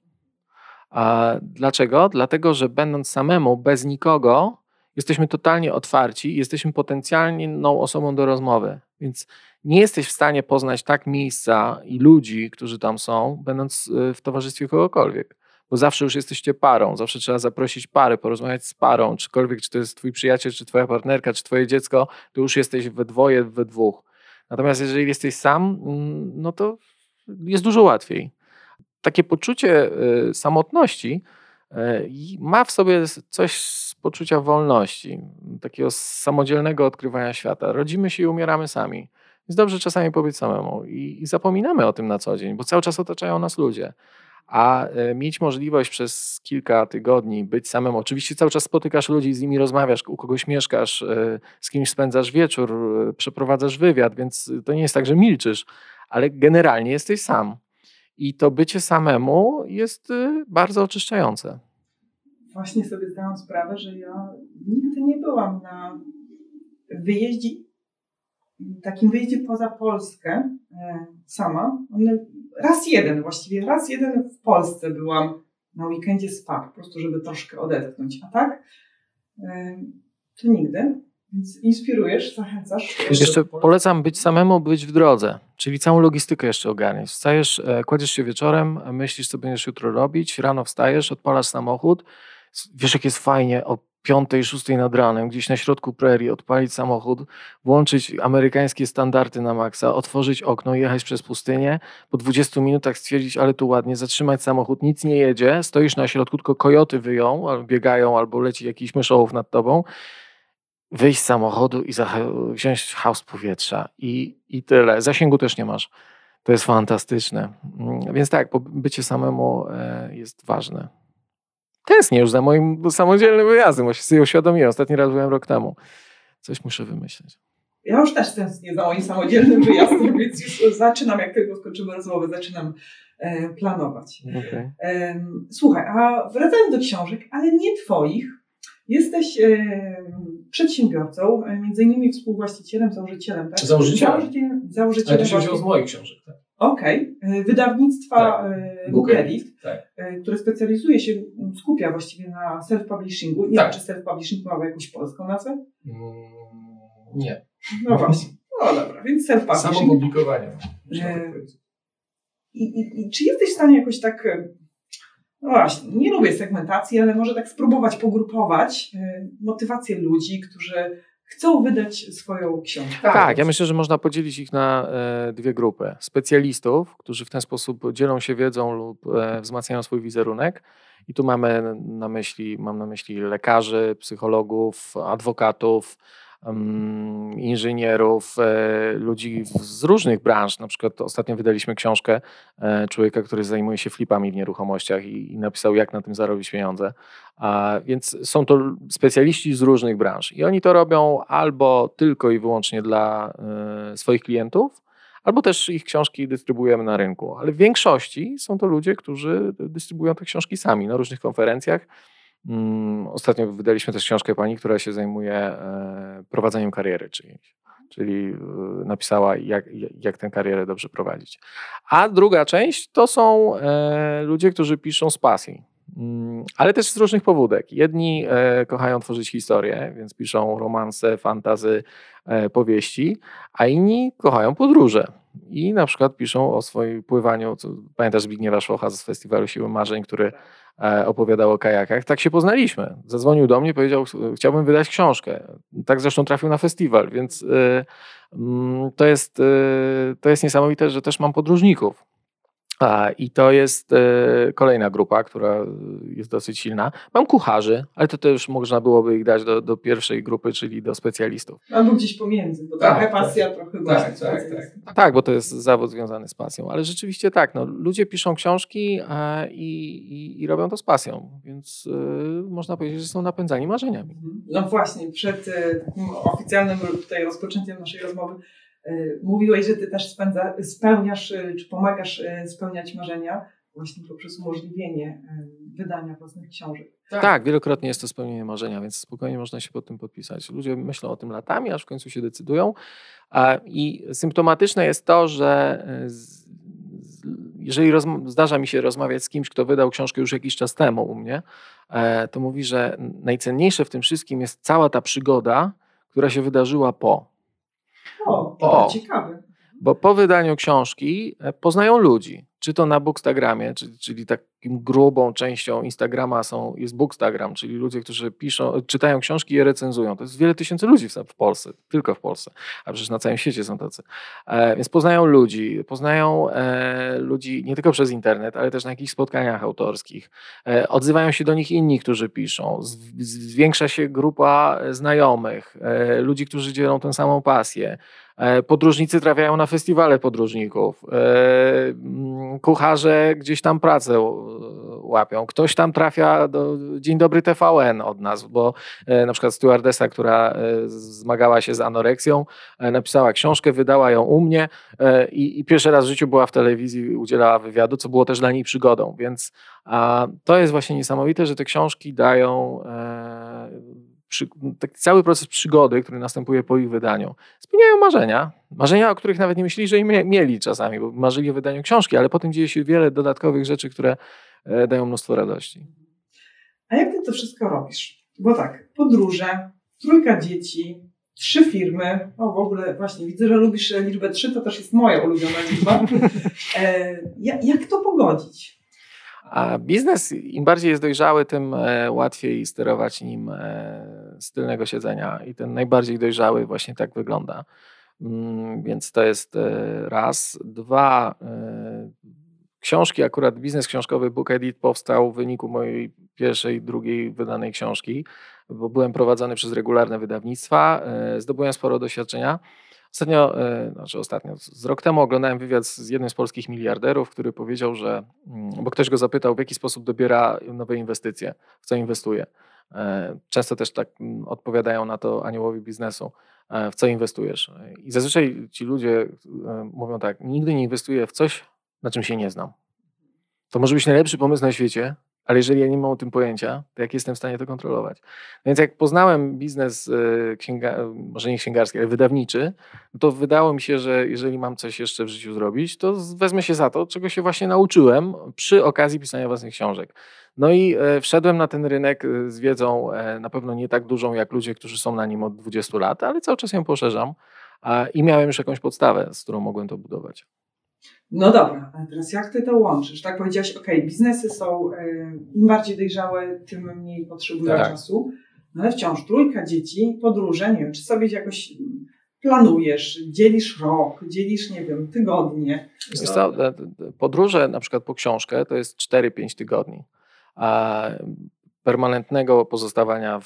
A dlaczego? Dlatego, że będąc samemu, bez nikogo, jesteśmy totalnie otwarci i jesteśmy potencjalną osobą do rozmowy. Więc nie jesteś w stanie poznać tak miejsca i ludzi, którzy tam są, będąc w towarzystwie kogokolwiek. Bo zawsze już jesteście parą, zawsze trzeba zaprosić pary, porozmawiać z parą, czykolwiek, czy to jest twój przyjaciel, czy twoja partnerka, czy twoje dziecko, to już jesteś we dwoje, we dwóch. Natomiast jeżeli jesteś sam, no to jest dużo łatwiej. Takie poczucie y, samotności y, ma w sobie coś z poczucia wolności, takiego samodzielnego odkrywania świata. Rodzimy się i umieramy sami. Jest dobrze czasami pobyć samemu i, i zapominamy o tym na co dzień, bo cały czas otaczają nas ludzie. A y, mieć możliwość przez kilka tygodni być samemu, oczywiście cały czas spotykasz ludzi, z nimi rozmawiasz, u kogoś mieszkasz, y, z kimś spędzasz wieczór, y, przeprowadzasz wywiad, więc to nie jest tak, że milczysz, ale generalnie jesteś sam. I to bycie samemu jest bardzo oczyszczające. Właśnie sobie zdałam sprawę, że ja nigdy nie byłam na wyjeździe, takim wyjeździe poza Polskę sama. Raz jeden, właściwie raz jeden w Polsce byłam na weekendzie spa, po prostu żeby troszkę odetchnąć. A tak to nigdy. Więc inspirujesz, zachęcasz. Jeszcze polecam być samemu, być w drodze, czyli całą logistykę jeszcze ogarniać. Wstajesz, kładziesz się wieczorem, myślisz, co będziesz jutro robić, rano wstajesz, odpalasz samochód, wiesz, jak jest fajnie o piątej, szóstej nad ranem, gdzieś na środku prerii odpalić samochód, włączyć amerykańskie standardy na maksa, otworzyć okno, jechać przez pustynię, po dwudziestu minutach stwierdzić, ale tu ładnie, zatrzymać samochód, nic nie jedzie, stoisz na środku, tylko kojoty wyją, biegają albo leci jakiś myszołów nad tobą, wyjść z samochodu i wziąć haust powietrza i, i tyle. Zasięgu też nie masz. To jest fantastyczne. Więc tak, bycie samemu jest ważne. Tęsknię już za moim samodzielnym wyjazdem, bo się sobie uświadomiłem. Ostatni raz byłem rok temu. Coś muszę wymyśleć. Ja już też tęsknię za moim samodzielnym wyjazdem, więc już zaczynam, jak tylko skończymy rozmowę, zaczynam e, planować. Okay. E, słuchaj, a wracając do książek, ale nie twoich, jesteś e, przedsiębiorcą, między innymi współwłaścicielem, założycielem, tak? Założycielem. Założycielem, założycielem ale to się wziął z moich książek, tak? Okej. Okay. Wydawnictwa tak. Bookelift, tak. które specjalizuje się, skupia właściwie na self-publishingu. Nie tak. wiem, czy self-publishing ma jakąś polską nazwę? Mm, nie. No właśnie. No dobra, więc self-publishing. Samo publikowanie. I, i, I czy jesteś w stanie jakoś tak, no właśnie, nie lubię segmentacji, ale może tak spróbować pogrupować motywację ludzi, którzy chcą wydać swoją książkę. Tak, tak, ja myślę, że można podzielić ich na e, dwie grupy. Specjalistów, którzy w ten sposób dzielą się wiedzą lub e, wzmacniają swój wizerunek. I tu mamy na myśli, mam na myśli lekarzy, psychologów, adwokatów, um, inżynierów, e, ludzi z różnych branż. Na przykład ostatnio wydaliśmy książkę e, człowieka, który zajmuje się flipami w nieruchomościach i, i napisał, jak na tym zarobić pieniądze. A, więc są to specjaliści z różnych branż i oni to robią albo tylko i wyłącznie dla e, swoich klientów, albo też ich książki dystrybuujemy na rynku. Ale w większości są to ludzie, którzy dystrybuują te książki sami na różnych konferencjach. Ostatnio wydaliśmy też książkę pani, która się zajmuje prowadzeniem kariery czyjejś, czyli napisała, jak, jak tę karierę dobrze prowadzić. A druga część to są ludzie, którzy piszą z pasji, ale też z różnych powódek. Jedni kochają tworzyć historie, więc piszą romanse, fantasy, powieści, a inni kochają podróże i na przykład piszą o swoim pływaniu. Pamiętasz Zbigniewa Szwocha z Festiwalu Siły Marzeń, który opowiadał o kajakach. Tak się poznaliśmy. Zadzwonił do mnie, powiedział, chciałbym wydać książkę. Tak zresztą trafił na festiwal, więc to jest, to jest niesamowite, że też mam podróżników. I to jest kolejna grupa, która jest dosyć silna. Mam kucharzy, ale to też można byłoby ich dać do, do pierwszej grupy, czyli do specjalistów. Albo gdzieś pomiędzy, bo tak, trochę pasja, tak, trochę tak, tak, tak. tak, bo to jest zawód związany z pasją, ale rzeczywiście tak, no, ludzie piszą książki i, i, i robią to z pasją, więc y, można powiedzieć, że są napędzani marzeniami. No właśnie, przed y, takim oficjalnym tutaj rozpoczęciem naszej rozmowy mówiłeś, że ty też spędza, spełniasz, czy pomagasz spełniać marzenia właśnie poprzez umożliwienie wydania własnych książek. Tak. tak, wielokrotnie jest to spełnienie marzenia, więc spokojnie można się pod tym podpisać. Ludzie myślą o tym latami, aż w końcu się decydują. I symptomatyczne jest to, że jeżeli zdarza mi się rozmawiać z kimś, kto wydał książkę już jakiś czas temu u mnie, to mówi, że najcenniejsze w tym wszystkim jest cała ta przygoda, która się wydarzyła po. O, to o, ciekawe. Bo po wydaniu książki poznają ludzi. Czy to na Bookstagramie, czyli, czyli takim grubą częścią Instagrama są, jest Bookstagram, czyli ludzie, którzy piszą, czytają książki i je recenzują. To jest wiele tysięcy ludzi w, w Polsce, tylko w Polsce, a przecież na całym świecie są tacy. E, więc poznają ludzi, poznają e, ludzi nie tylko przez internet, ale też na jakichś spotkaniach autorskich. E, odzywają się do nich inni, którzy piszą. Z, zwiększa się grupa znajomych, e, ludzi, którzy dzielą tę samą pasję. E, podróżnicy trafiają na festiwale podróżników. E, kucharze gdzieś tam pracę łapią. Ktoś tam trafia do Dzień Dobry T V N od nas, bo e, na przykład stewardesa, która e, zmagała się z anoreksją, e, napisała książkę, wydała ją u mnie e, i, i pierwszy raz w życiu była w telewizji, udzielała wywiadu, co było też dla niej przygodą. Więc a, to jest właśnie niesamowite, że te książki dają e, Przy, taki cały proces przygody, który następuje po ich wydaniu. Spełniają marzenia. Marzenia, o których nawet nie myśleli, że im mieli czasami, bo marzyli o wydaniu książki, ale potem dzieje się wiele dodatkowych rzeczy, które dają mnóstwo radości. A jak ty to wszystko robisz? Bo tak, podróże, trójka dzieci, trzy firmy. O, w ogóle właśnie widzę, że lubisz liczbę trzy, to też jest moja ulubiona liczba. E, jak to pogodzić? A biznes im bardziej jest dojrzały, tym łatwiej sterować nim z tylnego siedzenia i ten najbardziej dojrzały właśnie tak wygląda. Więc to jest raz. Dwa, książki, akurat biznes książkowy Book Edit powstał w wyniku mojej pierwszej, drugiej wydanej książki, bo byłem prowadzony przez regularne wydawnictwa, zdobyłem sporo doświadczenia. Ostatnio, znaczy ostatnio, z rok temu oglądałem wywiad z jednym z polskich miliarderów, który powiedział, że, bo ktoś go zapytał, w jaki sposób dobiera nowe inwestycje, w co inwestuje. Często też tak odpowiadają na to aniołowi biznesu, w co inwestujesz. I zazwyczaj ci ludzie mówią tak, nigdy nie inwestuję w coś, na czym się nie znam. To może być najlepszy pomysł na świecie, ale jeżeli ja nie mam o tym pojęcia, to jak jestem w stanie to kontrolować? Więc jak poznałem biznes księga, może nie księgarski, ale wydawniczy, to wydało mi się, że jeżeli mam coś jeszcze w życiu zrobić, to wezmę się za to, czego się właśnie nauczyłem przy okazji pisania własnych książek. No i wszedłem na ten rynek z wiedzą na pewno nie tak dużą jak ludzie, którzy są na nim od dwudziestu lat, ale cały czas ją poszerzam i miałem już jakąś podstawę, z którą mogłem to budować. No dobra, ale teraz jak ty to łączysz? Tak powiedziałaś, ok, biznesy są y, im bardziej dojrzałe, tym mniej potrzebują tak. czasu, no ale wciąż trójka dzieci, podróże, nie wiem, czy sobie jakoś planujesz, dzielisz rok, dzielisz, nie wiem, tygodnie. Wiesz co, podróże na przykład po książkę to jest cztery pięć tygodni, a permanentnego pozostawania w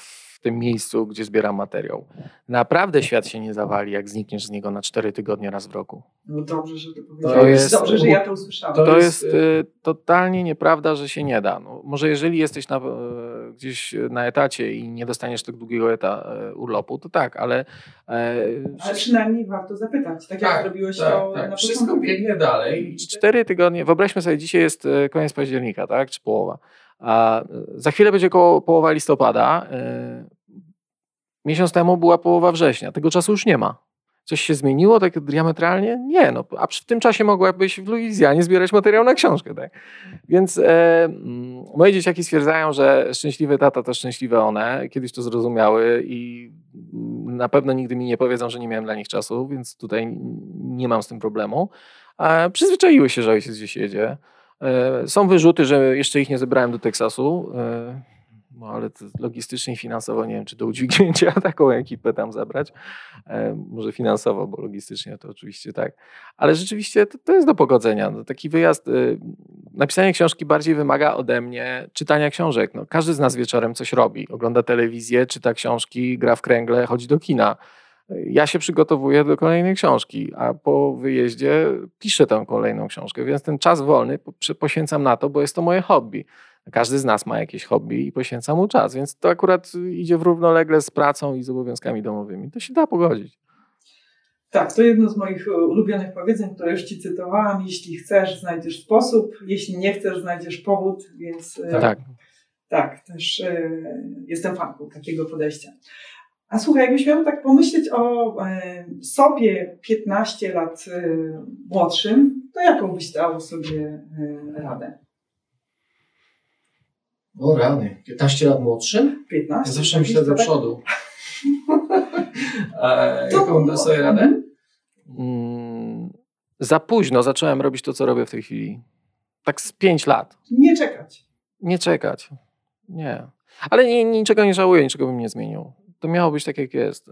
tym miejscu, gdzie zbieram materiał. Naprawdę świat się nie zawali, jak znikniesz z niego na cztery tygodnie raz w roku. No dobrze, że to powiedziałeś. To jest, dobrze, że ja to usłyszałam. To, to jest, jest y, totalnie nieprawda, że się nie da. No, może jeżeli jesteś na, y, gdzieś na etacie i nie dostaniesz tak długiego eta, y, urlopu, to tak, ale... Y, ale przynajmniej warto zapytać, tak, tak jak zrobiłeś tak, to tak. na Wszystko początku. Biegnie dalej. Cztery tygodnie, wyobraźmy sobie, dzisiaj jest koniec października, tak, czy połowa. A za chwilę będzie koło połowa listopada. Miesiąc temu była połowa września. Tego czasu już nie ma. Coś się zmieniło tak diametralnie? Nie. No, a w tym czasie mogłabyś w Luizjanie zbierać materiał na książkę. Tak? Więc e, moje dzieciaki stwierdzają, że szczęśliwy tata to szczęśliwe one. Kiedyś to zrozumiały i na pewno nigdy mi nie powiedzą, że nie miałem dla nich czasu, więc tutaj nie mam z tym problemu. E, przyzwyczaiły się, że ojciec gdzieś jedzie. E, są wyrzuty, że jeszcze ich nie zebrałem do Teksasu. E, No ale to logistycznie i finansowo nie wiem, czy do udźwignięcia taką ekipę tam zabrać. E, może finansowo, bo logistycznie to oczywiście tak. Ale rzeczywiście to, to jest do pogodzenia. No, taki wyjazd, y, napisanie książki bardziej wymaga ode mnie czytania książek. No, każdy z nas wieczorem coś robi. Ogląda telewizję, czyta książki, gra w kręgle, chodzi do kina. Ja się przygotowuję do kolejnej książki, a po wyjeździe piszę tę kolejną książkę, więc ten czas wolny poświęcam na to, bo jest to moje hobby. Każdy z nas ma jakieś hobby i poświęca mu czas, więc to akurat idzie w równolegle z pracą i z obowiązkami domowymi. To się da pogodzić. Tak, to jedno z moich ulubionych powiedzeń, które już Ci cytowałam. Jeśli chcesz, znajdziesz sposób, jeśli nie chcesz, znajdziesz powód, więc tak, tak, tak też y, jestem fanką takiego podejścia. A słuchaj, jakbyś miał tak pomyśleć o y, sobie piętnaście lat y, młodszym, to jaką byś dał sobie y, radę? O rany, piętnaście lat młodszym? piętnaście. Ja zawsze myślę do przodu. A jaką da sobie radę? Mm, za późno zacząłem robić to, co robię w tej chwili. Tak z pięć lat. Nie czekać. Nie czekać. Nie. Ale nie, niczego nie żałuję, niczego bym nie zmienił. To miało być tak, jak jest.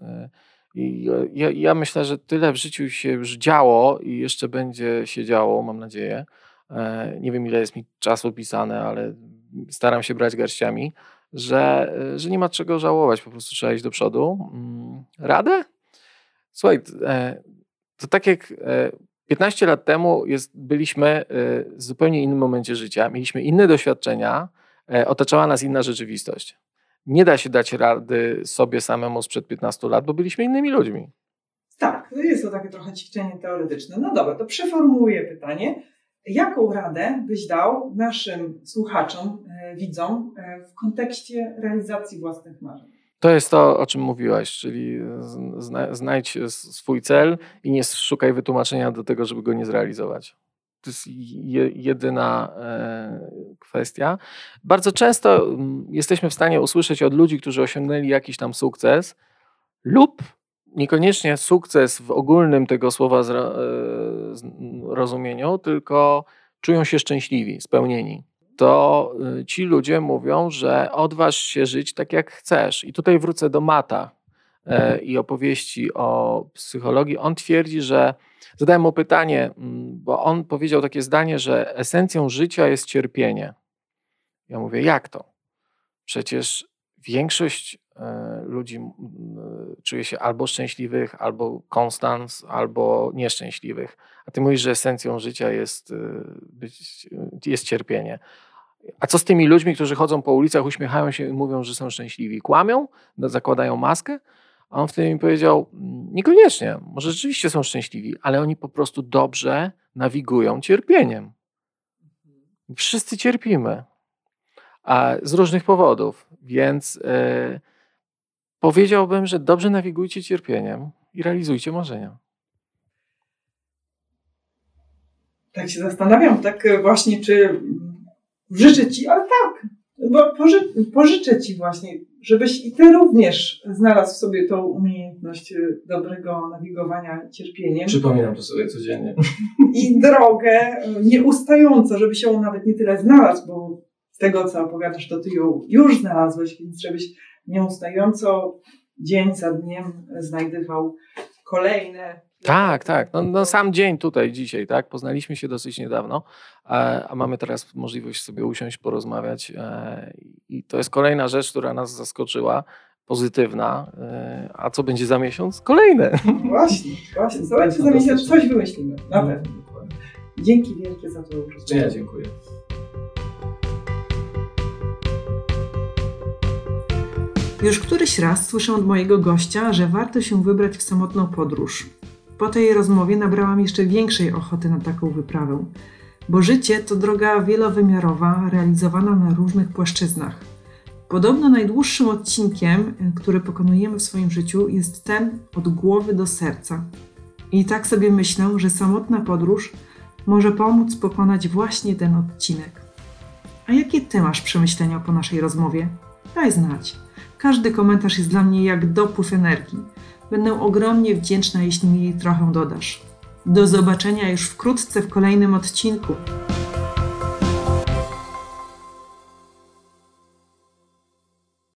I ja, ja myślę, że tyle w życiu się już działo i jeszcze będzie się działo, mam nadzieję. Nie wiem, ile jest mi czasu pisane, ale staram się brać garściami, że, że nie ma czego żałować, po prostu trzeba iść do przodu. Radę? Słuchaj, to tak jak piętnaście lat temu jest, byliśmy w zupełnie innym momencie życia, mieliśmy inne doświadczenia, otaczała nas inna rzeczywistość. Nie da się dać rady sobie samemu sprzed piętnastu lat, bo byliśmy innymi ludźmi. Tak, jest to takie trochę ćwiczenie teoretyczne. No dobra, to przeformułuję pytanie. Jaką radę byś dał naszym słuchaczom, e, widzom e, w kontekście realizacji własnych marzeń? To jest to, o czym mówiłaś, czyli zna, znajdź swój cel i nie szukaj wytłumaczenia do tego, żeby go nie zrealizować. To jest je, jedyna e, kwestia. Bardzo często m, jesteśmy w stanie usłyszeć od ludzi, którzy osiągnęli jakiś tam sukces lub niekoniecznie sukces w ogólnym tego słowa zra, e, z, rozumieniu, tylko czują się szczęśliwi, spełnieni. To y, ci ludzie mówią, że odważ się żyć tak, jak chcesz. I tutaj wrócę do Mata e, i opowieści o psychologii. On twierdzi, że zadałem mu pytanie, bo on powiedział takie zdanie, że esencją życia jest cierpienie. Ja mówię, jak to? Przecież większość e, ludzi e, czuje się albo szczęśliwych, albo konstans, albo nieszczęśliwych. A ty mówisz, że esencją życia jest, e, być, jest cierpienie. A co z tymi ludźmi, którzy chodzą po ulicach, uśmiechają się i mówią, że są szczęśliwi? Kłamią? Zakładają maskę? A on wtedy mi powiedział, niekoniecznie, może rzeczywiście są szczęśliwi, ale oni po prostu dobrze nawigują cierpieniem. Wszyscy cierpimy. A z różnych powodów, więc yy, powiedziałbym, że dobrze nawigujcie cierpieniem i realizujcie marzenia. Tak się zastanawiam, tak właśnie, czy życzę Ci, ale tak, bo poży, pożyczę Ci właśnie, żebyś i Ty również znalazł w sobie tą umiejętność dobrego nawigowania cierpieniem. Przypominam to sobie codziennie. I drogę nieustająco, żeby się nawet nie tyle znalazł, bo z tego, co opowiadasz, to Ty ją już znalazłeś, więc żebyś nieustająco dzień za dniem znajdywał kolejne. Tak, tak. No, no sam dzień tutaj, dzisiaj, tak? Poznaliśmy się dosyć niedawno, a, a mamy teraz możliwość sobie usiąść, porozmawiać e, i to jest kolejna rzecz, która nas zaskoczyła. pozytywna, a co będzie za miesiąc? Kolejne. Właśnie, właśnie. Zobaczcie, za miesiąc coś wymyślimy. Na pewno. Dzięki wielkie za to. Ja dziękuję. Już któryś raz słyszę od mojego gościa, że warto się wybrać w samotną podróż. Po tej rozmowie nabrałam jeszcze większej ochoty na taką wyprawę, bo życie to droga wielowymiarowa, realizowana na różnych płaszczyznach. Podobno najdłuższym odcinkiem, który pokonujemy w swoim życiu, jest ten od głowy do serca. I tak sobie myślę, że samotna podróż może pomóc pokonać właśnie ten odcinek. A jakie Ty masz przemyślenia po naszej rozmowie? Daj znać. Każdy komentarz jest dla mnie jak dopływ energii. Będę ogromnie wdzięczna, jeśli mi jej trochę dodasz. Do zobaczenia już wkrótce w kolejnym odcinku.